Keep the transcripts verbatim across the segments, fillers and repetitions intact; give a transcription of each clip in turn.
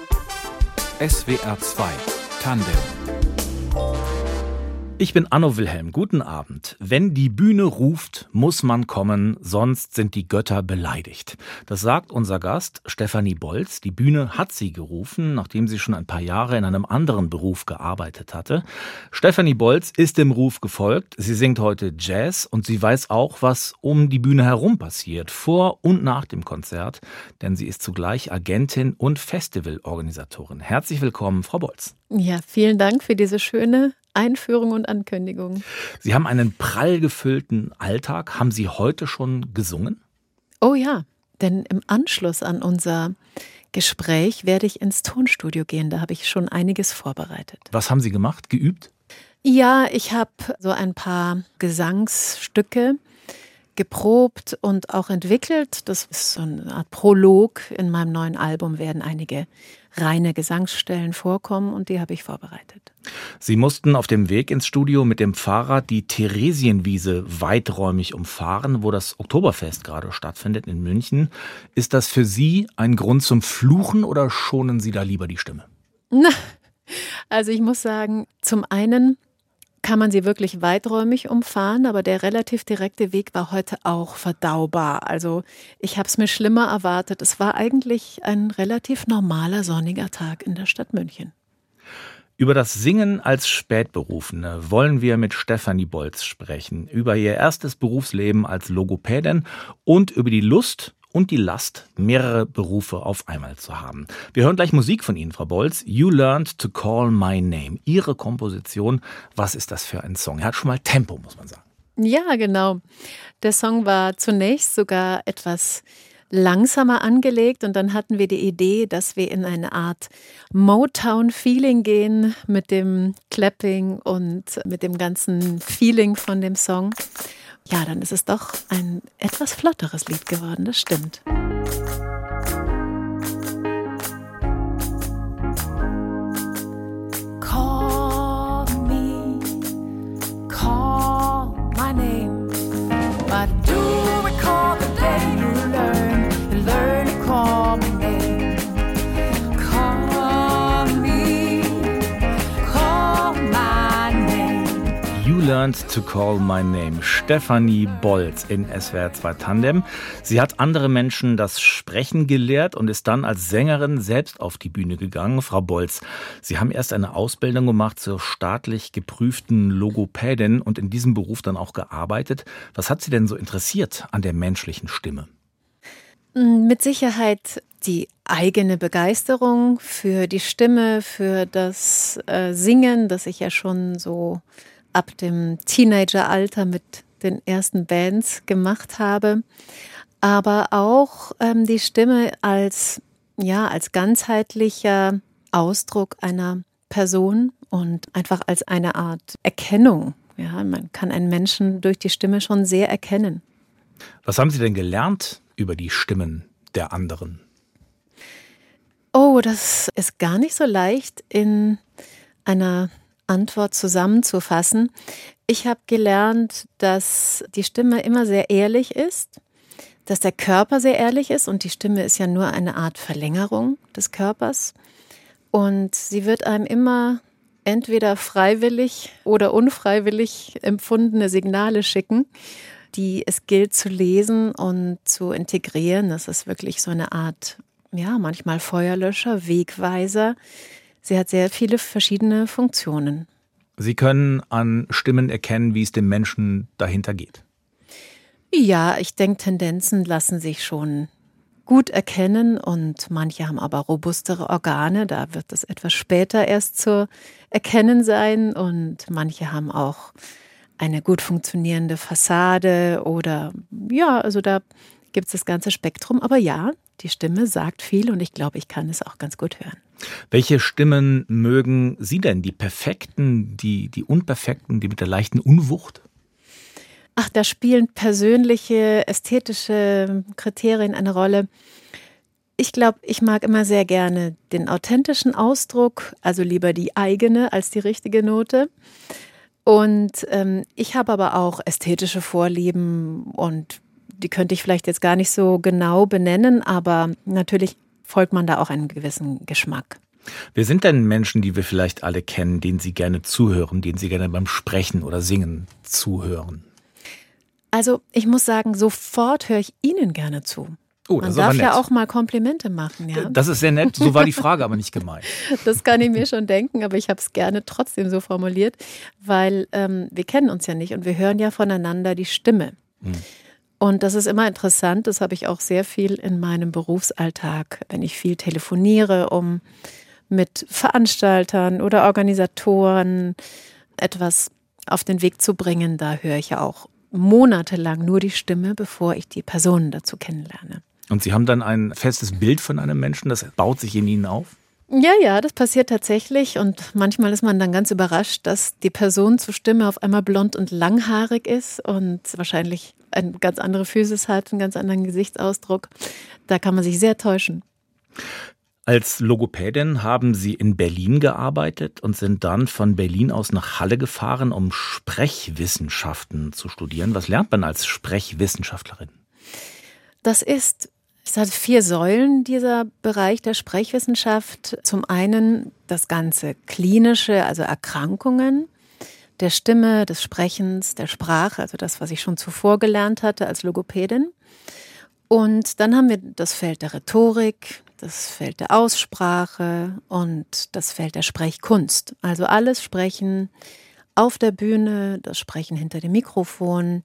S W R zwei Tandem. Ich bin Anno Wilhelm. Guten Abend. Wenn die Bühne ruft, muss man kommen, sonst sind die Götter beleidigt. Das sagt unser Gast Stefanie Bolz. Die Bühne hat sie gerufen, nachdem sie schon ein paar Jahre in einem anderen Beruf gearbeitet hatte. Stefanie Bolz ist dem Ruf gefolgt. Sie singt heute Jazz und sie weiß auch, was um die Bühne herum passiert, vor und nach dem Konzert. Denn sie ist zugleich Agentin und Festivalorganisatorin. Herzlich willkommen, Frau Bolz. Ja, vielen Dank für diese schöne Einführung und Ankündigung. Sie haben einen prall gefüllten Alltag. Haben Sie heute schon gesungen? Oh ja, denn im Anschluss an unser Gespräch werde ich ins Tonstudio gehen. Da habe ich schon einiges vorbereitet. Was haben Sie gemacht? Geübt? Ja, ich habe so ein paar Gesangsstücke geprobt und auch entwickelt. Das ist so eine Art Prolog. In meinem neuen Album werden einige reine Gesangsstellen vorkommen und die habe ich vorbereitet. Sie mussten auf dem Weg ins Studio mit dem Fahrrad die Theresienwiese weiträumig umfahren, wo das Oktoberfest gerade stattfindet in München. Ist das für Sie ein Grund zum Fluchen oder schonen Sie da lieber die Stimme? Na, also ich muss sagen, zum einen kann man sie wirklich weiträumig umfahren, aber der relativ direkte Weg war heute auch verdaubar. Also ich habe es mir schlimmer erwartet. Es war eigentlich ein relativ normaler sonniger Tag in der Stadt München. Über das Singen als Spätberufene wollen wir mit Stefanie Bolz sprechen, über ihr erstes Berufsleben als Logopädin und über die Lust und die Last, mehrere Berufe auf einmal zu haben. Wir hören gleich Musik von Ihnen, Frau Bolz. You Learned to Call My Name. Ihre Komposition, was ist das für ein Song? Er hat schon mal Tempo, muss man sagen. Ja, genau. Der Song war zunächst sogar etwas langsamer angelegt und dann hatten wir die Idee, dass wir in eine Art Motown-Feeling gehen mit dem Clapping und mit dem ganzen Feeling von dem Song. Ja, dann ist es doch ein etwas flotteres Lied geworden, das stimmt. Call me, call my name, but do recall the day you learn, you learn to call my name. Call me, call my name. You Learned to Call My Name. Stefanie Bolz in S W R zwei Tandem. Sie hat andere Menschen das Sprechen gelehrt und ist dann als Sängerin selbst auf die Bühne gegangen. Frau Bolz, Sie haben erst eine Ausbildung gemacht zur staatlich geprüften Logopädin und in diesem Beruf dann auch gearbeitet. Was hat Sie denn so interessiert an der menschlichen Stimme? Mit Sicherheit die eigene Begeisterung für die Stimme, für das äh, Singen, das ich ja schon so ab dem Teenageralter mit den ersten Bands gemacht habe, aber auch ähm, die Stimme als, ja, als ganzheitlicher Ausdruck einer Person und einfach als eine Art Erkennung. Ja, man kann einen Menschen durch die Stimme schon sehr erkennen. Was haben Sie denn gelernt über die Stimmen der anderen? Oh, das ist gar nicht so leicht in einer Antwort zusammenzufassen. Ich habe gelernt, dass die Stimme immer sehr ehrlich ist, dass der Körper sehr ehrlich ist und die Stimme ist ja nur eine Art Verlängerung des Körpers und sie wird einem immer entweder freiwillig oder unfreiwillig empfundene Signale schicken, die es gilt zu lesen und zu integrieren. Das ist wirklich so eine Art, ja, manchmal Feuerlöscher, Wegweiser. Sie hat sehr viele verschiedene Funktionen. Sie können an Stimmen erkennen, wie es dem Menschen dahinter geht. Ja, ich denke, Tendenzen lassen sich schon gut erkennen und manche haben aber robustere Organe. Da wird es etwas später erst zu erkennen sein und manche haben auch eine gut funktionierende Fassade oder ja, also da gibt es das ganze Spektrum. Aber ja, die Stimme sagt viel und ich glaube, ich kann es auch ganz gut hören. Welche Stimmen mögen Sie denn? Die perfekten, die, die unperfekten, die mit der leichten Unwucht? Ach, da spielen persönliche, ästhetische Kriterien eine Rolle. Ich glaube, ich mag immer sehr gerne den authentischen Ausdruck, also lieber die eigene als die richtige Note. Und ähm, ich habe aber auch ästhetische Vorlieben und die könnte ich vielleicht jetzt gar nicht so genau benennen, aber natürlich folgt man da auch einem gewissen Geschmack. Wer sind denn Menschen, die wir vielleicht alle kennen, denen Sie gerne zuhören, denen Sie gerne beim Sprechen oder Singen zuhören? Also ich muss sagen, sofort höre ich Ihnen gerne zu. Oh, Man das ist darf aber nett. ja auch mal Komplimente machen. Ja? Das ist sehr nett, so war die Frage aber nicht gemeint. Das kann ich mir schon denken, aber ich habe es gerne trotzdem so formuliert, weil ähm, wir kennen uns ja nicht und wir hören ja voneinander die Stimme. Hm. Und das ist immer interessant, das habe ich auch sehr viel in meinem Berufsalltag, wenn ich viel telefoniere, um mit Veranstaltern oder Organisatoren etwas auf den Weg zu bringen. Da höre ich ja auch monatelang nur die Stimme, bevor ich die Personen dazu kennenlerne. Und Sie haben dann ein festes Bild von einem Menschen, das baut sich in Ihnen auf? Ja, ja, das passiert tatsächlich und manchmal ist man dann ganz überrascht, dass die Person zur Stimme auf einmal blond und langhaarig ist und wahrscheinlich eine ganz andere Physis hat, einen ganz anderen Gesichtsausdruck. Da kann man sich sehr täuschen. Als Logopädin haben Sie in Berlin gearbeitet und sind dann von Berlin aus nach Halle gefahren, um Sprechwissenschaften zu studieren. Was lernt man als Sprechwissenschaftlerin? Das ist, es hat vier Säulen, dieser Bereich der Sprechwissenschaft. Zum einen das ganze Klinische, also Erkrankungen der Stimme, des Sprechens, der Sprache, also das, was ich schon zuvor gelernt hatte als Logopädin. Und dann haben wir das Feld der Rhetorik, das Feld der Aussprache und das Feld der Sprechkunst. Also alles Sprechen auf der Bühne, das Sprechen hinter dem Mikrofon.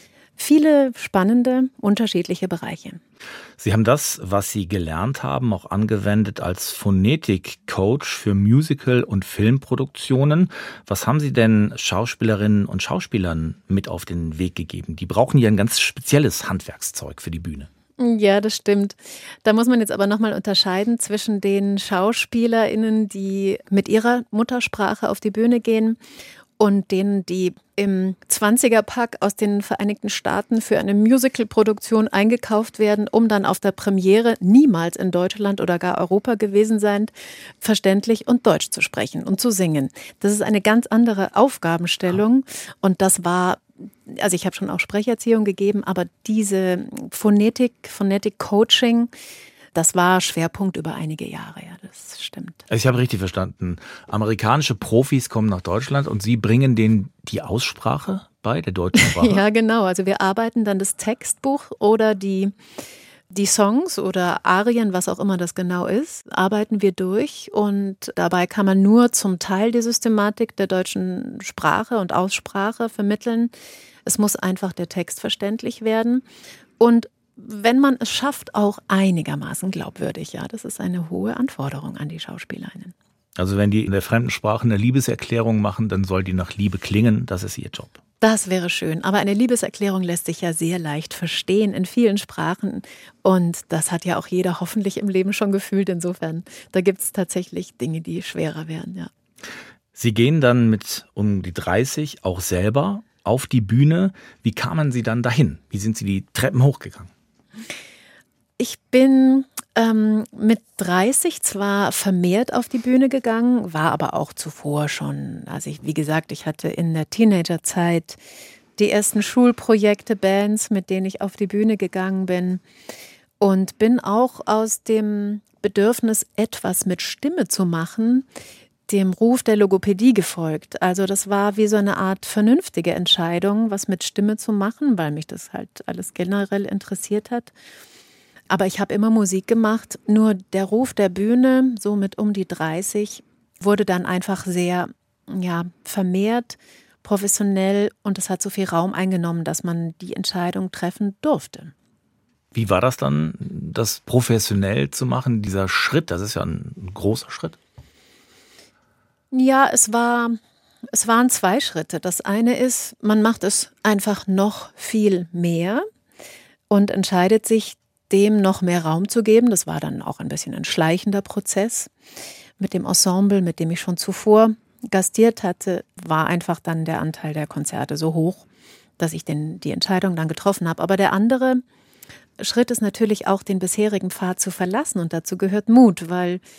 Viele spannende, unterschiedliche Bereiche. Sie haben das, was Sie gelernt haben, auch angewendet als Phonetik-Coach für Musical- und Filmproduktionen. Was haben Sie denn Schauspielerinnen und Schauspielern mit auf den Weg gegeben? Die brauchen ja ein ganz spezielles Handwerkszeug für die Bühne. Ja, das stimmt. Da muss man jetzt aber nochmal unterscheiden zwischen den SchauspielerInnen, die mit ihrer Muttersprache auf die Bühne gehen und denen, die im zwanziger-Pack aus den Vereinigten Staaten für eine Musical-Produktion eingekauft werden, um dann auf der Premiere niemals in Deutschland oder gar Europa gewesen sein, verständlich und Deutsch zu sprechen und zu singen. Das ist eine ganz andere Aufgabenstellung und das war, also ich habe schon auch Sprecherziehung gegeben, aber diese Phonetik, Phonetik-Coaching, das war Schwerpunkt über einige Jahre, ja, das stimmt. Also ich habe richtig verstanden. Amerikanische Profis kommen nach Deutschland und Sie bringen denen die Aussprache bei, der deutschen Sprache? Ja, genau. Also wir arbeiten dann das Textbuch oder die, die Songs oder Arien, was auch immer das genau ist, arbeiten wir durch. Und dabei kann man nur zum Teil die Systematik der deutschen Sprache und Aussprache vermitteln. Es muss einfach der Text verständlich werden. Und wenn man es schafft, auch einigermaßen glaubwürdig, ja, das ist eine hohe Anforderung an die SchauspielerInnen. Also wenn die in der fremden Sprache eine Liebeserklärung machen, dann soll die nach Liebe klingen, das ist ihr Job. Das wäre schön, aber eine Liebeserklärung lässt sich ja sehr leicht verstehen in vielen Sprachen und das hat ja auch jeder hoffentlich im Leben schon gefühlt, insofern, da gibt es tatsächlich Dinge, die schwerer wären, ja. Sie gehen dann mit um die dreißig auch selber auf die Bühne. Wie kamen Sie dann dahin? Wie sind Sie die Treppen hochgegangen? Ich bin ähm, mit dreißig zwar vermehrt auf die Bühne gegangen, war aber auch zuvor schon. Also ich, wie gesagt, ich hatte in der Teenagerzeit die ersten Schulprojekte, Bands, mit denen ich auf die Bühne gegangen bin und bin auch aus dem Bedürfnis, etwas mit Stimme zu machen, dem Ruf der Logopädie gefolgt. Also das war wie so eine Art vernünftige Entscheidung, was mit Stimme zu machen, weil mich das halt alles generell interessiert hat. Aber ich habe immer Musik gemacht, nur der Ruf der Bühne, so mit um die dreißig, wurde dann einfach sehr ja, vermehrt, professionell und es hat so viel Raum eingenommen, dass man die Entscheidung treffen durfte. Wie war das dann, das professionell zu machen, dieser Schritt? Das ist ja ein großer Schritt. Ja, es war, es waren zwei Schritte. Das eine ist, man macht es einfach noch viel mehr und entscheidet sich, dem noch mehr Raum zu geben. Das war dann auch ein bisschen ein schleichender Prozess. Mit dem Ensemble, mit dem ich schon zuvor gastiert hatte, war einfach dann der Anteil der Konzerte so hoch, dass ich den, die Entscheidung dann getroffen habe. Aber der andere Schritt ist natürlich auch, den bisherigen Pfad zu verlassen und dazu gehört Mut, weil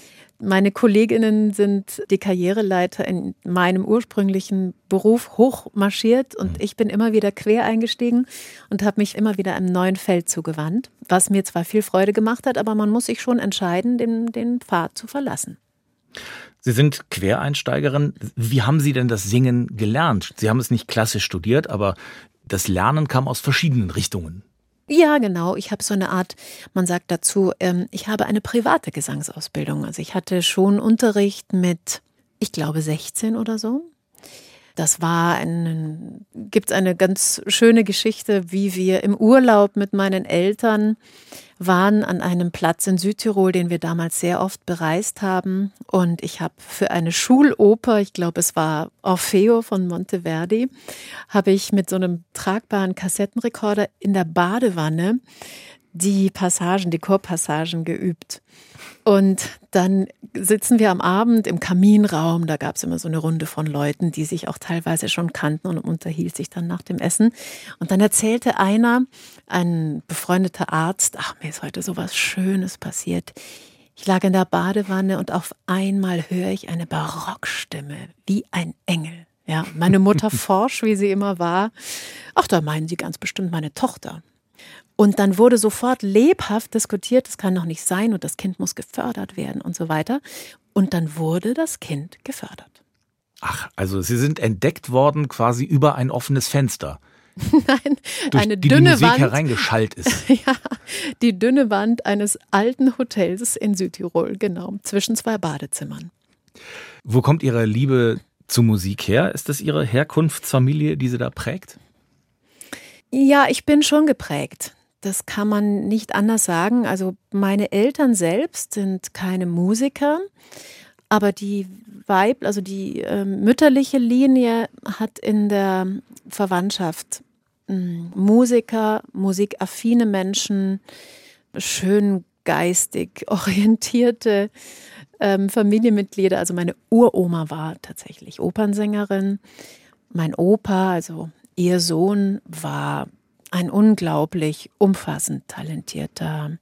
Meine Kolleginnen sind die Karriereleiter in meinem ursprünglichen Beruf hochmarschiert und ich bin immer wieder quer eingestiegen und habe mich immer wieder einem neuen Feld zugewandt, was mir zwar viel Freude gemacht hat, aber man muss sich schon entscheiden, den, den Pfad zu verlassen. Sie sind Quereinsteigerin. Wie haben Sie denn das Singen gelernt? Sie haben es nicht klassisch studiert, aber das Lernen kam aus verschiedenen Richtungen. Ja, genau. Ich habe so eine Art, man sagt dazu, ähm, ich habe eine private Gesangsausbildung. Also ich hatte schon Unterricht mit, ich glaube, sechzehn oder so. Das war ein, gibt's eine ganz schöne Geschichte, wie wir im Urlaub mit meinen Eltern waren an einem Platz in Südtirol, den wir damals sehr oft bereist haben. Und ich habe für eine Schuloper, ich glaube es war Orfeo von Monteverdi, habe ich mit so einem tragbaren Kassettenrekorder in der Badewanne die Passagen, die Chorpassagen geübt. Und dann sitzen wir am Abend im Kaminraum, da gab es immer so eine Runde von Leuten, die sich auch teilweise schon kannten und unterhielt sich dann nach dem Essen. Und dann erzählte einer, ein befreundeter Arzt, ach, mir ist heute so was Schönes passiert. Ich lag in der Badewanne und auf einmal höre ich eine Barockstimme, wie ein Engel. Ja, meine Mutter forsch, wie sie immer war. Ach, da meinen Sie ganz bestimmt meine Tochter. Und dann wurde sofort lebhaft diskutiert, das kann doch nicht sein und das Kind muss gefördert werden und so weiter. Und dann wurde das Kind gefördert. Ach, also Sie sind entdeckt worden quasi über ein offenes Fenster. Nein, durch eine die dünne die Musik Wand hereingeschallt ist. Ja, die dünne Wand eines alten Hotels in Südtirol, genau, zwischen zwei Badezimmern. Wo kommt Ihre Liebe zur Musik her? Ist das Ihre Herkunftsfamilie, die Sie da prägt? Ja, ich bin schon geprägt. Das kann man nicht anders sagen. Also meine Eltern selbst sind keine Musiker, aber die Weib, also die äh, mütterliche Linie hat in der Verwandtschaft mh, Musiker, musikaffine Menschen, schön geistig orientierte ähm, Familienmitglieder. Also meine Uroma war tatsächlich Opernsängerin. Mein Opa, also ihr Sohn, war ein unglaublich umfassend talentierter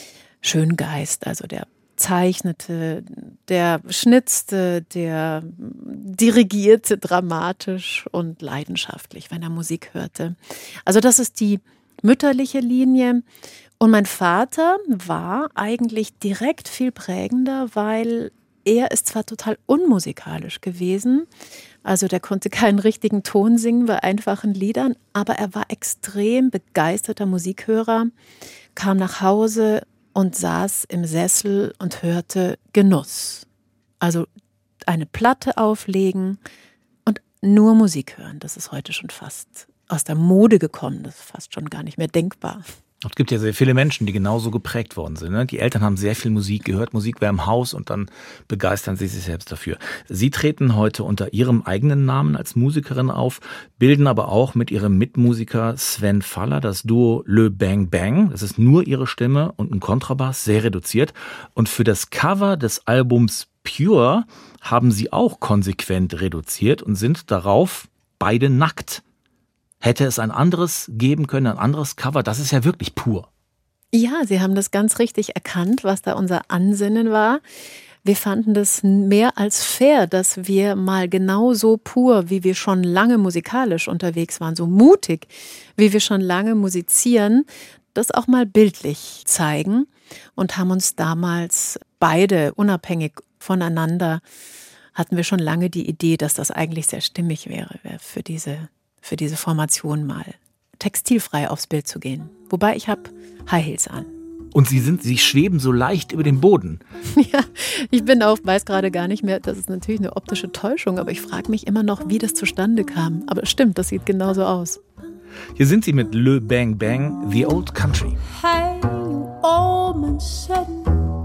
Schöngeist, also der zeichnete, der schnitzte, der dirigierte dramatisch und leidenschaftlich, wenn er Musik hörte. Also das ist die mütterliche Linie. Und mein Vater war eigentlich direkt viel prägender, weil er ist zwar total unmusikalisch gewesen, also der konnte keinen richtigen Ton singen bei einfachen Liedern, aber er war extrem begeisterter Musikhörer, kam nach Hause und saß im Sessel und hörte Genuss. Also eine Platte auflegen und nur Musik hören. Das ist heute schon fast aus der Mode gekommen, das ist fast schon gar nicht mehr denkbar. Es gibt ja sehr viele Menschen, die genauso geprägt worden sind. Ne? Die Eltern haben sehr viel Musik gehört, Musik war im Haus und dann begeistern sie sich selbst dafür. Sie treten heute unter ihrem eigenen Namen als Musikerin auf, bilden aber auch mit ihrem Mitmusiker Sven Faller das Duo Le Bang Bang. Das ist nur ihre Stimme und ein Kontrabass, sehr reduziert. Und für das Cover des Albums Pure haben sie auch konsequent reduziert und sind darauf beide nackt. Hätte es ein anderes geben können, ein anderes Cover? Das ist ja wirklich pur. Ja, Sie haben das ganz richtig erkannt, was da unser Ansinnen war. Wir fanden das mehr als fair, dass wir mal genauso pur, wie wir schon lange musikalisch unterwegs waren, so mutig, wie wir schon lange musizieren, das auch mal bildlich zeigen und haben uns damals beide unabhängig voneinander, hatten wir schon lange die Idee, dass das eigentlich sehr stimmig wäre für diese für diese Formation mal textilfrei aufs Bild zu gehen. Wobei ich habe High Heels an. Und Sie sind, Sie schweben so leicht über den Boden. Ja, ich bin auch, weiß gerade gar nicht mehr, das ist natürlich eine optische Täuschung, aber ich frage mich immer noch, wie das zustande kam. Aber stimmt, das sieht genauso aus. Hier sind Sie mit Le Bang Bang, The Old Country. Hey, you old man sitting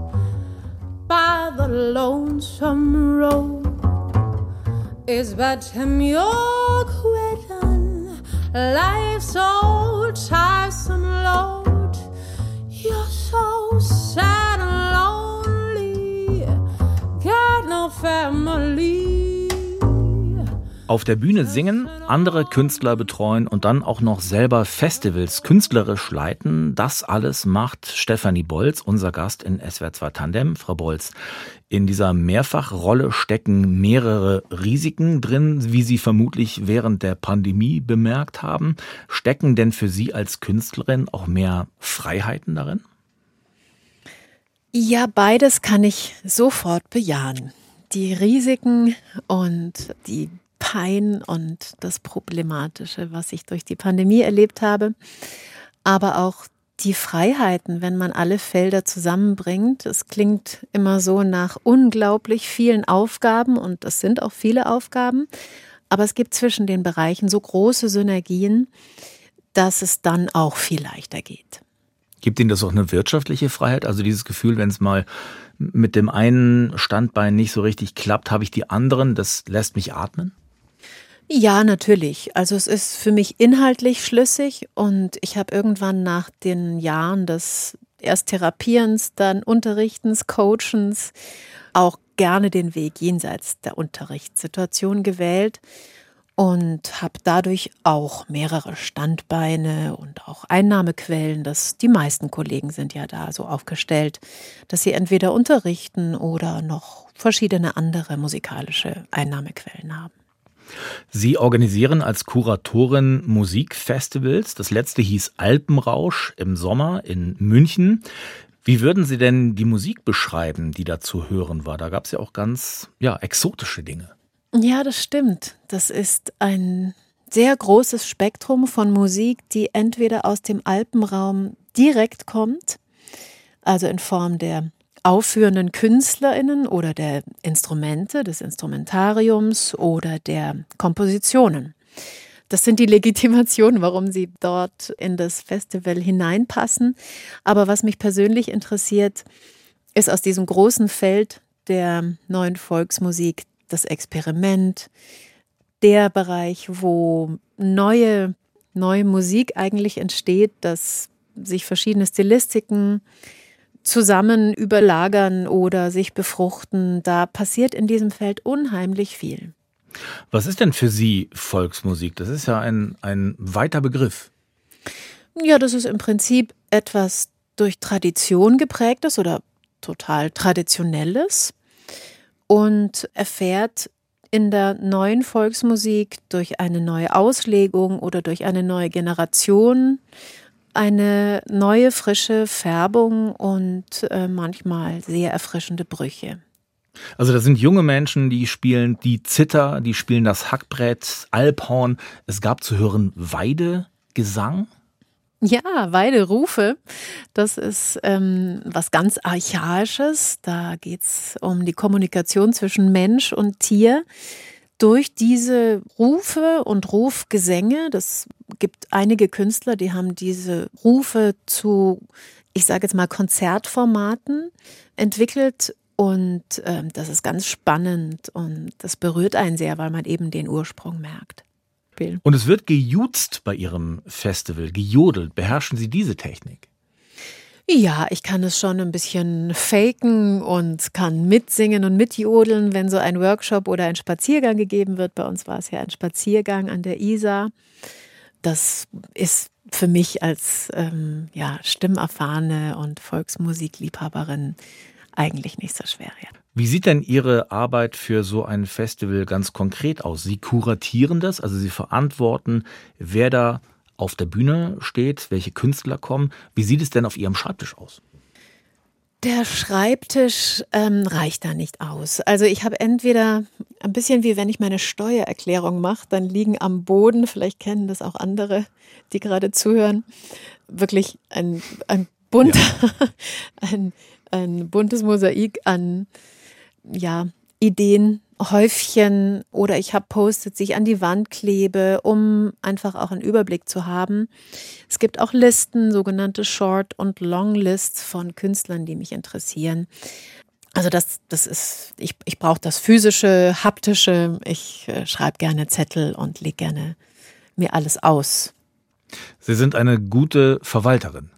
by the lonesome road, is but him you're quitting life's old tiresome load. You're so sad and lonely, got no family. Auf der Bühne singen, andere Künstler betreuen und dann auch noch selber Festivals künstlerisch leiten. Das alles macht Stefanie Bolz, unser Gast in S W R zwei Tandem. Frau Bolz, in dieser Mehrfachrolle stecken mehrere Risiken drin, wie Sie vermutlich während der Pandemie bemerkt haben. Stecken denn für Sie als Künstlerin auch mehr Freiheiten darin? Ja, beides kann ich sofort bejahen. Die Risiken und die Pein und das Problematische, was ich durch die Pandemie erlebt habe, aber auch die Freiheiten, wenn man alle Felder zusammenbringt. Es klingt immer so nach unglaublich vielen Aufgaben und es sind auch viele Aufgaben, aber es gibt zwischen den Bereichen so große Synergien, dass es dann auch viel leichter geht. Gibt Ihnen das auch eine wirtschaftliche Freiheit? Also dieses Gefühl, wenn es mal mit dem einen Standbein nicht so richtig klappt, habe ich die anderen, das lässt mich atmen? Ja, natürlich. Also es ist für mich inhaltlich schlüssig und ich habe irgendwann nach den Jahren des erst Therapierens, dann Unterrichtens, Coachens auch gerne den Weg jenseits der Unterrichtssituation gewählt und habe dadurch auch mehrere Standbeine und auch Einnahmequellen. Das, die meisten Kollegen sind ja da so aufgestellt, dass sie entweder unterrichten oder noch verschiedene andere musikalische Einnahmequellen haben. Sie organisieren als Kuratorin Musikfestivals. Das letzte hieß Alpenrausch im Sommer in München. Wie würden Sie denn die Musik beschreiben, die da zu hören war? Da gab es ja auch ganz ja, exotische Dinge. Ja, das stimmt. Das ist ein sehr großes Spektrum von Musik, die entweder aus dem Alpenraum direkt kommt, also in Form der aufführenden KünstlerInnen oder der Instrumente, des Instrumentariums oder der Kompositionen. Das sind die Legitimationen, warum sie dort in das Festival hineinpassen. Aber was mich persönlich interessiert, ist aus diesem großen Feld der neuen Volksmusik das Experiment, der Bereich, wo neue, neue Musik eigentlich entsteht, dass sich verschiedene Stilistiken zusammen überlagern oder sich befruchten. Da passiert in diesem Feld unheimlich viel. Was ist denn für Sie Volksmusik? Das ist ja ein, ein weiter Begriff. Ja, das ist im Prinzip etwas durch Tradition geprägtes oder total Traditionelles und erfährt in der neuen Volksmusik durch eine neue Auslegung oder durch eine neue Generation eine neue, frische Färbung und äh, manchmal sehr erfrischende Brüche. Also das sind junge Menschen, die spielen die Zither, die spielen das Hackbrett, Alphorn. Es gab zu hören Weidegesang. Ja, Weiderufe, das ist ähm, was ganz Archaisches. Da geht es um die Kommunikation zwischen Mensch und Tier. Durch diese Rufe und Rufgesänge, das gibt einige Künstler, die haben diese Rufe zu, ich sage jetzt mal, Konzertformaten entwickelt und äh, das ist ganz spannend und das berührt einen sehr, weil man eben den Ursprung merkt. Und es wird gejuzt bei Ihrem Festival, gejodelt. Beherrschen Sie diese Technik? Ja, ich kann es schon ein bisschen faken und kann mitsingen und mitjodeln, wenn so ein Workshop oder ein Spaziergang gegeben wird. Bei uns war es ja ein Spaziergang an der Isar. Das ist für mich als ähm, ja, stimmerfahrene und Volksmusikliebhaberin eigentlich nicht so schwer. Ja. Wie sieht denn Ihre Arbeit für so ein Festival ganz konkret aus? Sie kuratieren das, also Sie verantworten, wer da auf der Bühne steht, welche Künstler kommen. Wie sieht es denn auf Ihrem Schreibtisch aus? Der Schreibtisch ähm, reicht da nicht aus. Also ich habe entweder ein bisschen wie wenn ich meine Steuererklärung mache, dann liegen am Boden, vielleicht kennen das auch andere, die gerade zuhören, wirklich ein, ein, bunter, ja. ein, ein buntes Mosaik an ja, Ideen, Häufchen oder ich habe Post-its, die ich an die Wand klebe, um einfach auch einen Überblick zu haben. Es gibt auch Listen, sogenannte Short- und Long-Lists von Künstlern, die mich interessieren. Also das, das ist, ich, ich brauche das physische, haptische. Ich äh, schreibe gerne Zettel und lege gerne mir alles aus. Sie sind eine gute Verwalterin.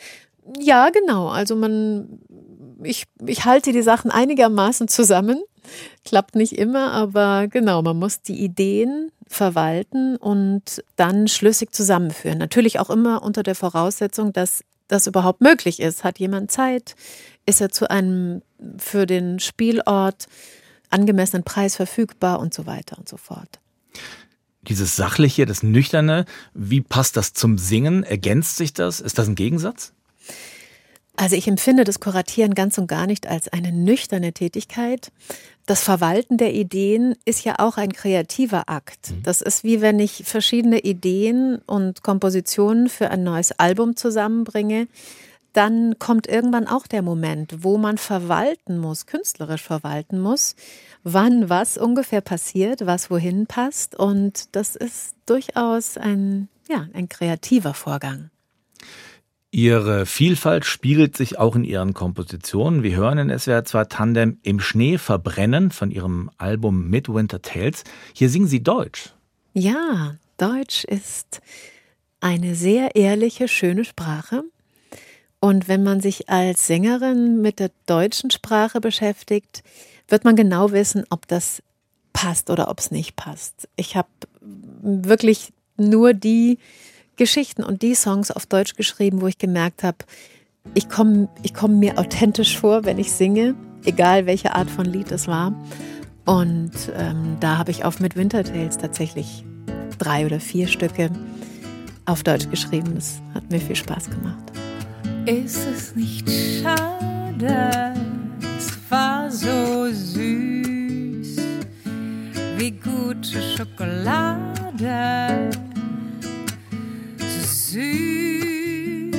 Ja, genau. Also man, ich, ich halte die Sachen einigermaßen zusammen. Klappt nicht immer, aber genau, man muss die Ideen verwalten und dann schlüssig zusammenführen. Natürlich auch immer unter der Voraussetzung, dass das überhaupt möglich ist. Hat jemand Zeit? Ist er zu einem für den Spielort angemessenen Preis verfügbar und so weiter und so fort. Dieses Sachliche, das Nüchterne, wie passt das zum Singen? Ergänzt sich das? Ist das ein Gegensatz? Also ich empfinde das Kuratieren ganz und gar nicht als eine nüchterne Tätigkeit. Das Verwalten der Ideen ist ja auch ein kreativer Akt. Das ist wie wenn ich verschiedene Ideen und Kompositionen für ein neues Album zusammenbringe. Dann kommt irgendwann auch der Moment, wo man verwalten muss, künstlerisch verwalten muss, wann was ungefähr passiert, was wohin passt. Und das ist durchaus ein, ja, ein kreativer Vorgang. Ihre Vielfalt spiegelt sich auch in Ihren Kompositionen. Wir hören in S W R zwei Tandem Im Schnee verbrennen von Ihrem Album Midwinter Tales. Hier singen Sie Deutsch. Ja, Deutsch ist eine sehr ehrliche, schöne Sprache. Und wenn man sich als Sängerin mit der deutschen Sprache beschäftigt, wird man genau wissen, ob das passt oder ob es nicht passt. Ich habe wirklich nur die Geschichten und die Songs auf Deutsch geschrieben, wo ich gemerkt habe, ich komme ich komm mir authentisch vor, wenn ich singe, egal welche Art von Lied es war. Und ähm, da habe ich auf Midwinter Tales tatsächlich drei oder vier Stücke auf Deutsch geschrieben. Das hat mir viel Spaß gemacht. Ist es nicht schade, es war so süß, wie gute Schokolade, so süß.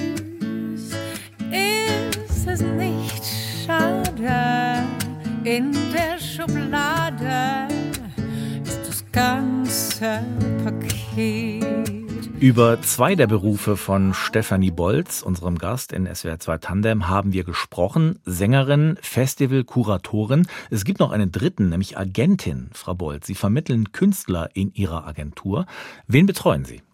Ist es nicht schade, in der Schublade ist das ganze Paket. Über zwei der Berufe von Stefanie Bolz, unserem Gast in S W R zwei Tandem, haben wir gesprochen. Sängerin, Festivalkuratorin. Es gibt noch einen dritten, nämlich Agentin, Frau Bolz. Sie vermitteln Künstler in Ihrer Agentur. Wen betreuen Sie?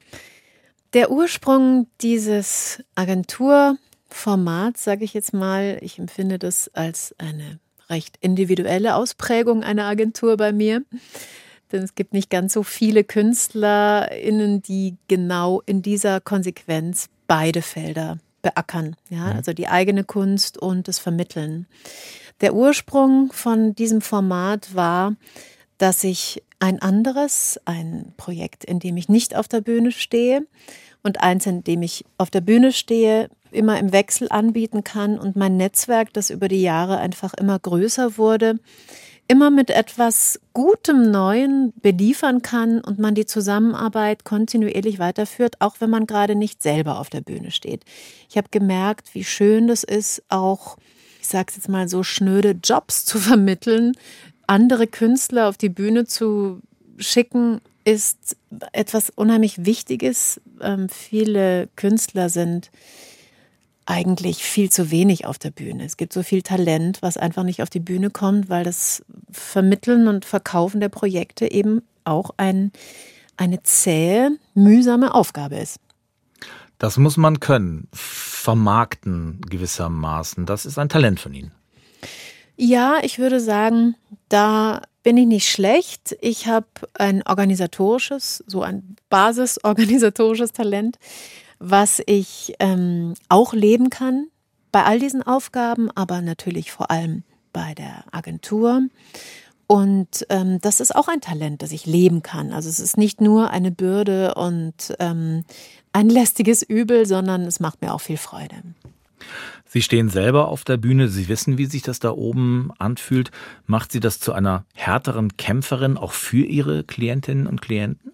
Der Ursprung dieses Agenturformats, sage ich jetzt mal, ich empfinde das als eine recht individuelle Ausprägung einer Agentur bei mir. Denn es gibt nicht ganz so viele KünstlerInnen, die genau in dieser Konsequenz beide Felder beackern. Ja, also die eigene Kunst und das Vermitteln. Der Ursprung von diesem Format war, dass ich ein anderes, ein Projekt, in dem ich nicht auf der Bühne stehe und eins, in dem ich auf der Bühne stehe, immer im Wechsel anbieten kann und mein Netzwerk, das über die Jahre einfach immer größer wurde, immer mit etwas Gutem Neuen beliefern kann und man die Zusammenarbeit kontinuierlich weiterführt, auch wenn man gerade nicht selber auf der Bühne steht. Ich habe gemerkt, wie schön das ist, auch, ich sage es jetzt mal so, schnöde Jobs zu vermitteln, andere Künstler auf die Bühne zu schicken, ist etwas unheimlich Wichtiges. Ähm, viele Künstler sind eigentlich viel zu wenig auf der Bühne. Es gibt so viel Talent, was einfach nicht auf die Bühne kommt, weil das Vermitteln und Verkaufen der Projekte eben auch ein, eine zähe, mühsame Aufgabe ist. Das muss man können, vermarkten gewissermaßen. Das ist ein Talent von Ihnen. Ja, ich würde sagen, da bin ich nicht schlecht. Ich habe ein organisatorisches, so ein basisorganisatorisches Talent, was ich ähm, auch leben kann bei all diesen Aufgaben, aber natürlich vor allem bei der Agentur. Und ähm, das ist auch ein Talent, das ich leben kann. Also es ist nicht nur eine Bürde und ähm, ein lästiges Übel, sondern es macht mir auch viel Freude. Sie stehen selber auf der Bühne, Sie wissen, wie sich das da oben anfühlt. Macht Sie das zu einer härteren Kämpferin, auch für Ihre Klientinnen und Klienten?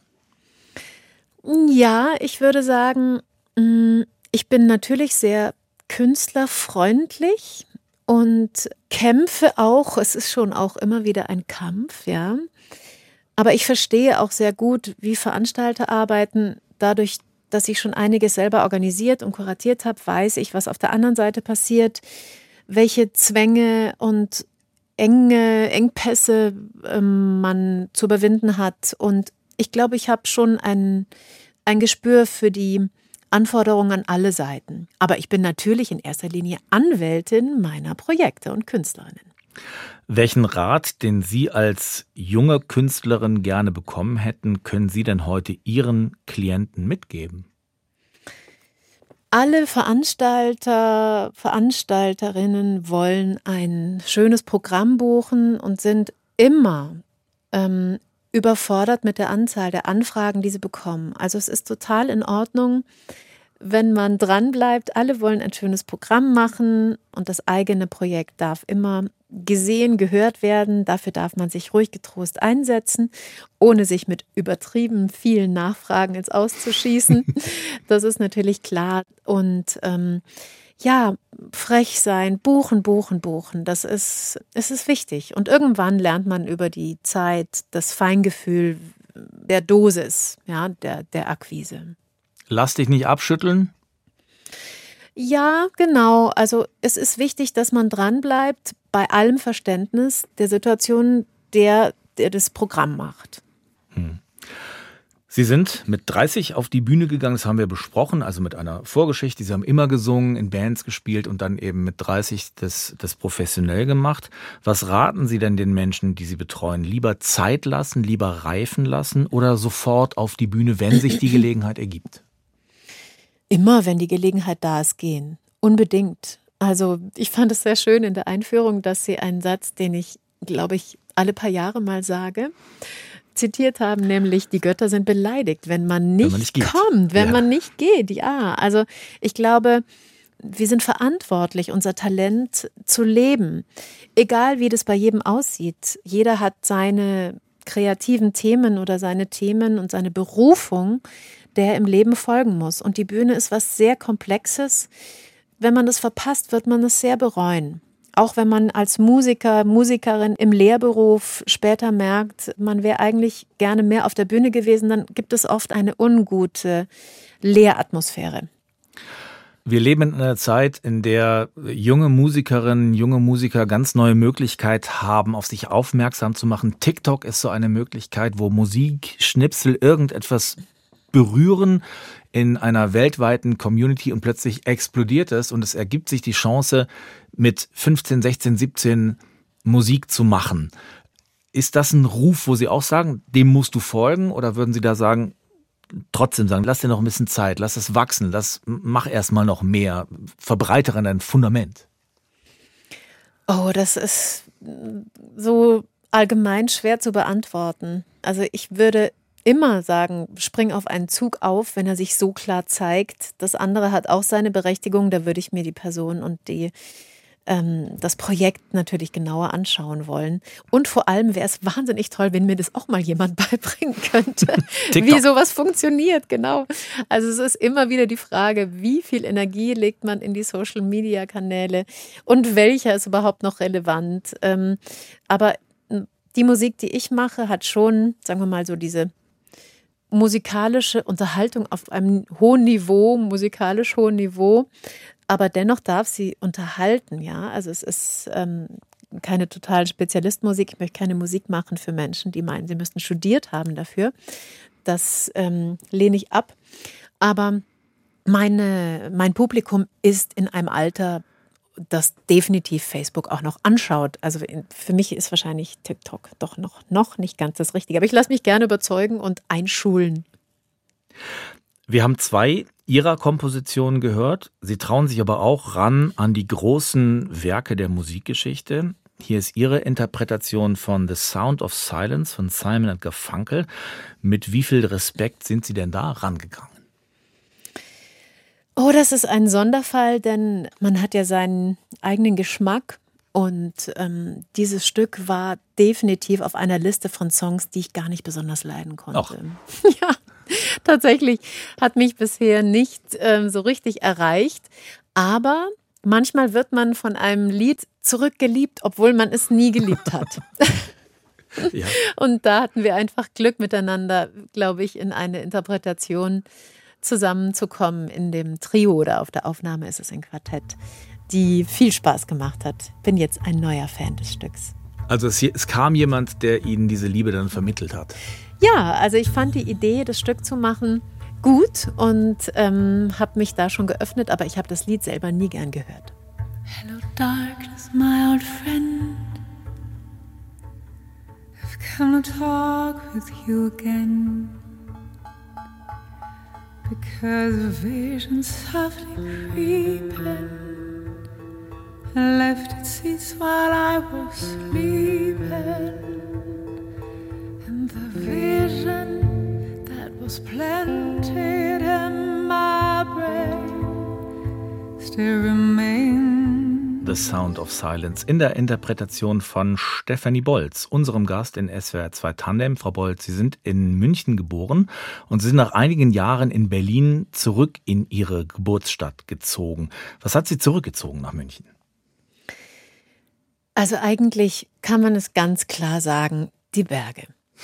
Ja, ich würde sagen, ich bin natürlich sehr künstlerfreundlich und kämpfe auch. Es ist schon auch immer wieder ein Kampf, ja. Aber ich verstehe auch sehr gut, wie Veranstalter arbeiten. Dadurch, dass ich schon einiges selber organisiert und kuratiert habe, weiß ich, was auf der anderen Seite passiert, welche Zwänge und enge Engpässe ähm, man zu überwinden hat. Und ich glaube, ich habe schon ein, ein Gespür für die Anforderungen an alle Seiten. Aber ich bin natürlich in erster Linie Anwältin meiner Projekte und Künstlerinnen. Welchen Rat, den Sie als junge Künstlerin gerne bekommen hätten, können Sie denn heute Ihren Klienten mitgeben? Alle Veranstalter, Veranstalterinnen wollen ein schönes Programm buchen und sind immer ähm, überfordert mit der Anzahl der Anfragen, die sie bekommen. Also es ist total in Ordnung, wenn man dranbleibt. Alle wollen ein schönes Programm machen und das eigene Projekt darf immer gesehen, gehört werden. Dafür darf man sich ruhig getrost einsetzen, ohne sich mit übertrieben vielen Nachfragen ins Auszuschießen. Das ist natürlich klar. Und ähm, ja, frech sein, buchen, buchen, buchen, das ist, es ist wichtig. Und irgendwann lernt man über die Zeit das Feingefühl der Dosis, ja, der, der Akquise. Lass dich nicht abschütteln? Ja, genau. Also es ist wichtig, dass man dranbleibt bei allem Verständnis der Situation, der, der das Programm macht. Hm. Sie sind mit dreißig auf die Bühne gegangen, das haben wir besprochen, also mit einer Vorgeschichte. Sie haben immer gesungen, in Bands gespielt und dann eben mit dreißig das, das professionell gemacht. Was raten Sie denn den Menschen, die Sie betreuen? Lieber Zeit lassen, lieber reifen lassen oder sofort auf die Bühne, wenn sich die Gelegenheit ergibt? Immer, wenn die Gelegenheit da ist, gehen. Unbedingt. Also ich fand es sehr schön in der Einführung, dass Sie einen Satz, den ich, glaube ich, alle paar Jahre mal sage, zitiert haben, nämlich die Götter sind beleidigt, wenn man nicht, wenn man nicht kommt, wenn ja. man nicht geht. Ja, also ich glaube, wir sind verantwortlich, unser Talent zu leben. Egal, wie das bei jedem aussieht. Jeder hat seine kreativen Themen oder seine Themen und seine Berufung, der im Leben folgen muss. Und die Bühne ist was sehr Komplexes. Wenn man das verpasst, wird man es sehr bereuen. Auch wenn man als Musiker, Musikerin im Lehrberuf später merkt, man wäre eigentlich gerne mehr auf der Bühne gewesen, dann gibt es oft eine ungute Lehratmosphäre. Wir leben in einer Zeit, in der junge Musikerinnen, junge Musiker ganz neue Möglichkeiten haben, auf sich aufmerksam zu machen. TikTok ist so eine Möglichkeit, wo Musikschnipsel irgendetwas berühren in einer weltweiten Community und plötzlich explodiert es und es ergibt sich die Chance, mit fünfzehn, sechzehn, siebzehn Musik zu machen. Ist das ein Ruf, wo Sie auch sagen, dem musst du folgen, oder würden Sie da sagen, trotzdem sagen, lass dir noch ein bisschen Zeit, lass es wachsen, lass, mach erstmal noch mehr, verbreitere dein Fundament? Oh, das ist so allgemein schwer zu beantworten. Also ich würde immer sagen, spring auf einen Zug auf, wenn er sich so klar zeigt. Das andere hat auch seine Berechtigung, da würde ich mir die Person und die ähm, das Projekt natürlich genauer anschauen wollen. Und vor allem wäre es wahnsinnig toll, wenn mir das auch mal jemand beibringen könnte, wie sowas funktioniert, genau. Also es ist immer wieder die Frage, wie viel Energie legt man in die Social-Media-Kanäle und welcher ist überhaupt noch relevant. Ähm, aber die Musik, die ich mache, hat schon, sagen wir mal so, diese musikalische Unterhaltung auf einem hohen Niveau, musikalisch hohen Niveau, aber dennoch darf sie unterhalten, ja. Also es ist ähm, keine total Spezialistmusik. Ich möchte keine Musik machen für Menschen, die meinen, sie müssten studiert haben dafür. Das ähm, lehne ich ab. Aber meine, mein Publikum ist in einem Alter, das definitiv Facebook auch noch anschaut. Also für mich ist wahrscheinlich TikTok doch noch, noch nicht ganz das Richtige. Aber ich lasse mich gerne überzeugen und einschulen. Wir haben zwei Ihrer Kompositionen gehört. Sie trauen sich aber auch ran an die großen Werke der Musikgeschichte. Hier ist Ihre Interpretation von The Sound of Silence von Simon and Garfunkel. Mit wie viel Respekt sind Sie denn da rangegangen? Oh, das ist ein Sonderfall, denn man hat ja seinen eigenen Geschmack und ähm, dieses Stück war definitiv auf einer Liste von Songs, die ich gar nicht besonders leiden konnte. Ach. Ja, tatsächlich hat mich bisher nicht ähm, so richtig erreicht, aber manchmal wird man von einem Lied zurückgeliebt, obwohl man es nie geliebt hat. Ja. Und da hatten wir einfach Glück miteinander, glaube ich, in eine Interpretation zusammenzukommen in dem Trio, oder auf der Aufnahme ist es ein Quartett, die viel Spaß gemacht hat. Bin jetzt ein neuer Fan des Stücks. Also es, es kam jemand, der Ihnen diese Liebe dann vermittelt hat? Ja, also ich fand die Idee, das Stück zu machen, gut und ähm, habe mich da schon geöffnet, aber ich habe das Lied selber nie gern gehört. Hello darkness, my old friend. Come to talk with you again, because a vision softly creeping left its seats while I was sleeping, and the vision that was planted in my brain still remains. The Sound of Silence in der Interpretation von Stefanie Bolz, unserem Gast in S W R zwei Tandem. Frau Bolz, Sie sind in München geboren und Sie sind nach einigen Jahren in Berlin zurück in Ihre Geburtsstadt gezogen. Was hat Sie zurückgezogen nach München? Also eigentlich kann man es ganz klar sagen, die Berge.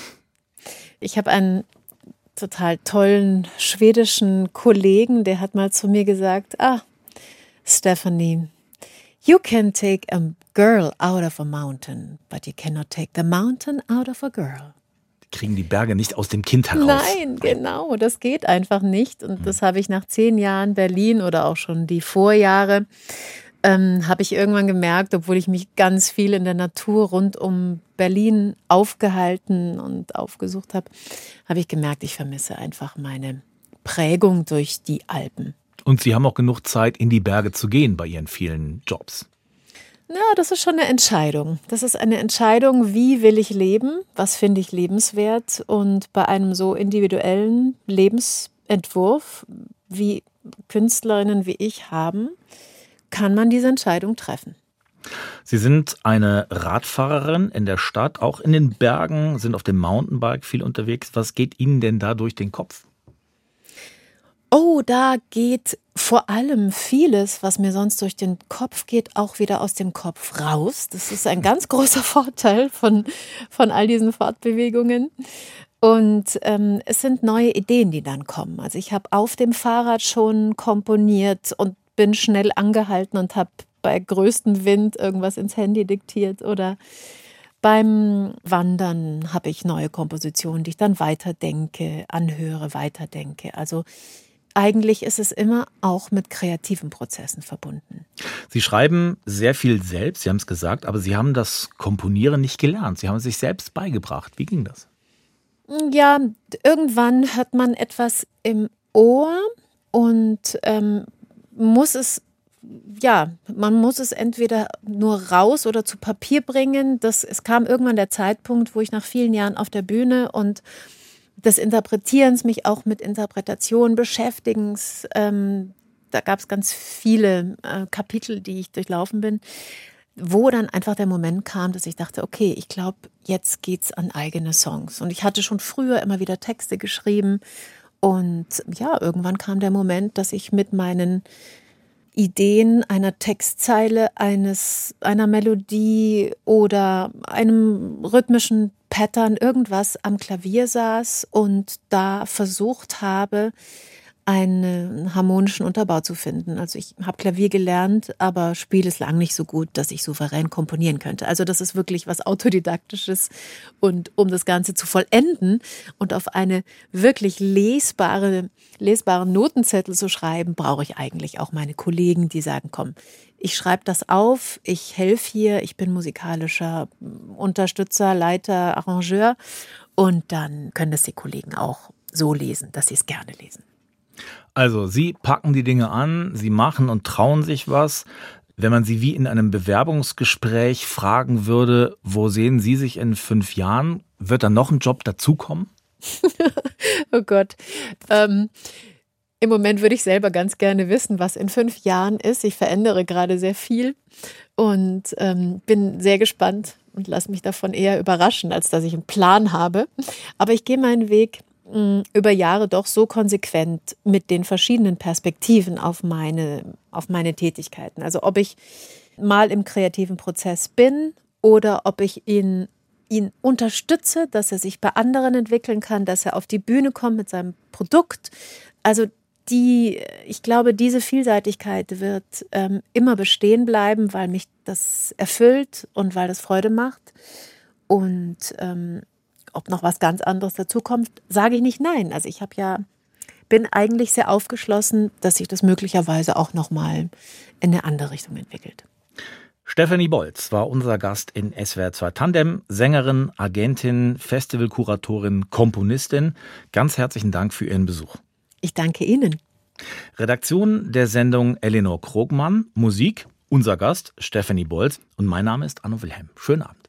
Ich habe einen total tollen schwedischen Kollegen, der hat mal zu mir gesagt, ah, Stefanie, you can take a girl out of a mountain, but you cannot take the mountain out of a girl. Die kriegen die Berge nicht aus dem Kind heraus. Nein, genau, das geht einfach nicht. Und das habe ich nach zehn Jahren Berlin oder auch schon die Vorjahre, ähm, habe ich irgendwann gemerkt, obwohl ich mich ganz viel in der Natur rund um Berlin aufgehalten und aufgesucht habe, habe ich gemerkt, ich vermisse einfach meine Prägung durch die Alpen. Und Sie haben auch genug Zeit, in die Berge zu gehen bei Ihren vielen Jobs. Ja, das ist schon eine Entscheidung. Das ist eine Entscheidung, wie will ich leben, was finde ich lebenswert. Und bei einem so individuellen Lebensentwurf, wie Künstlerinnen wie ich haben, kann man diese Entscheidung treffen. Sie sind eine Radfahrerin in der Stadt, auch in den Bergen, sind auf dem Mountainbike viel unterwegs. Was geht Ihnen denn da durch den Kopf? Oh, da geht vor allem vieles, was mir sonst durch den Kopf geht, auch wieder aus dem Kopf raus. Das ist ein ganz großer Vorteil von, von all diesen Fortbewegungen. Und ähm, es sind neue Ideen, die dann kommen. Also ich habe auf dem Fahrrad schon komponiert und bin schnell angehalten und habe bei größtem Wind irgendwas ins Handy diktiert. Oder beim Wandern habe ich neue Kompositionen, die ich dann weiterdenke, anhöre, weiterdenke. Also eigentlich ist es immer auch mit kreativen Prozessen verbunden. Sie schreiben sehr viel selbst, Sie haben es gesagt, aber Sie haben das Komponieren nicht gelernt. Sie haben es sich selbst beigebracht. Wie ging das? Ja, irgendwann hat man etwas im Ohr und ähm, muss es, ja, man muss es entweder nur raus oder zu Papier bringen. Das, es kam irgendwann der Zeitpunkt, wo ich nach vielen Jahren auf der Bühne und des Interpretierens, mich auch mit Interpretation beschäftigens. Ähm, da gab es ganz viele äh, Kapitel, die ich durchlaufen bin, wo dann einfach der Moment kam, dass ich dachte, okay, ich glaube, jetzt geht's an eigene Songs. Und ich hatte schon früher immer wieder Texte geschrieben. Und ja, irgendwann kam der Moment, dass ich mit meinen Ideen einer Textzeile, eines, einer Melodie oder einem rhythmischen Pattern, irgendwas am Klavier saß und da versucht habe, einen harmonischen Unterbau zu finden. Also ich habe Klavier gelernt, aber spiele es lang nicht so gut, dass ich souverän komponieren könnte. Also das ist wirklich was Autodidaktisches. Und um das Ganze zu vollenden und auf eine wirklich lesbare, lesbaren Notenzettel zu schreiben, brauche ich eigentlich auch meine Kollegen, die sagen, komm, ich schreibe das auf, ich helfe hier, ich bin musikalischer Unterstützer, Leiter, Arrangeur. Und dann können das die Kollegen auch so lesen, dass sie es gerne lesen. Also Sie packen die Dinge an, Sie machen und trauen sich was. Wenn man Sie wie in einem Bewerbungsgespräch fragen würde, wo sehen Sie sich in fünf Jahren, wird dann noch ein Job dazukommen? Oh Gott. Ähm, im Moment würde ich selber ganz gerne wissen, was in fünf Jahren ist. Ich verändere gerade sehr viel und ähm, bin sehr gespannt und lasse mich davon eher überraschen, als dass ich einen Plan habe. Aber ich gehe meinen Weg über Jahre doch so konsequent mit den verschiedenen Perspektiven auf meine, auf meine Tätigkeiten. Also ob ich mal im kreativen Prozess bin oder ob ich ihn, ihn unterstütze, dass er sich bei anderen entwickeln kann, dass er auf die Bühne kommt mit seinem Produkt. Also die, ich glaube, diese Vielseitigkeit wird ähm, immer bestehen bleiben, weil mich das erfüllt und weil das Freude macht. Und ähm, ob noch was ganz anderes dazukommt, sage ich nicht nein. Also ich habe ja, bin eigentlich sehr aufgeschlossen, dass sich das möglicherweise auch noch mal in eine andere Richtung entwickelt. Stefanie Bolz war unser Gast in S W R zwei Tandem, Sängerin, Agentin, Festivalkuratorin, Komponistin. Ganz herzlichen Dank für Ihren Besuch. Ich danke Ihnen. Redaktion der Sendung Elinor Krogmann, Musik, unser Gast Stefanie Bolz und mein Name ist Anno Wilhelm. Schönen Abend.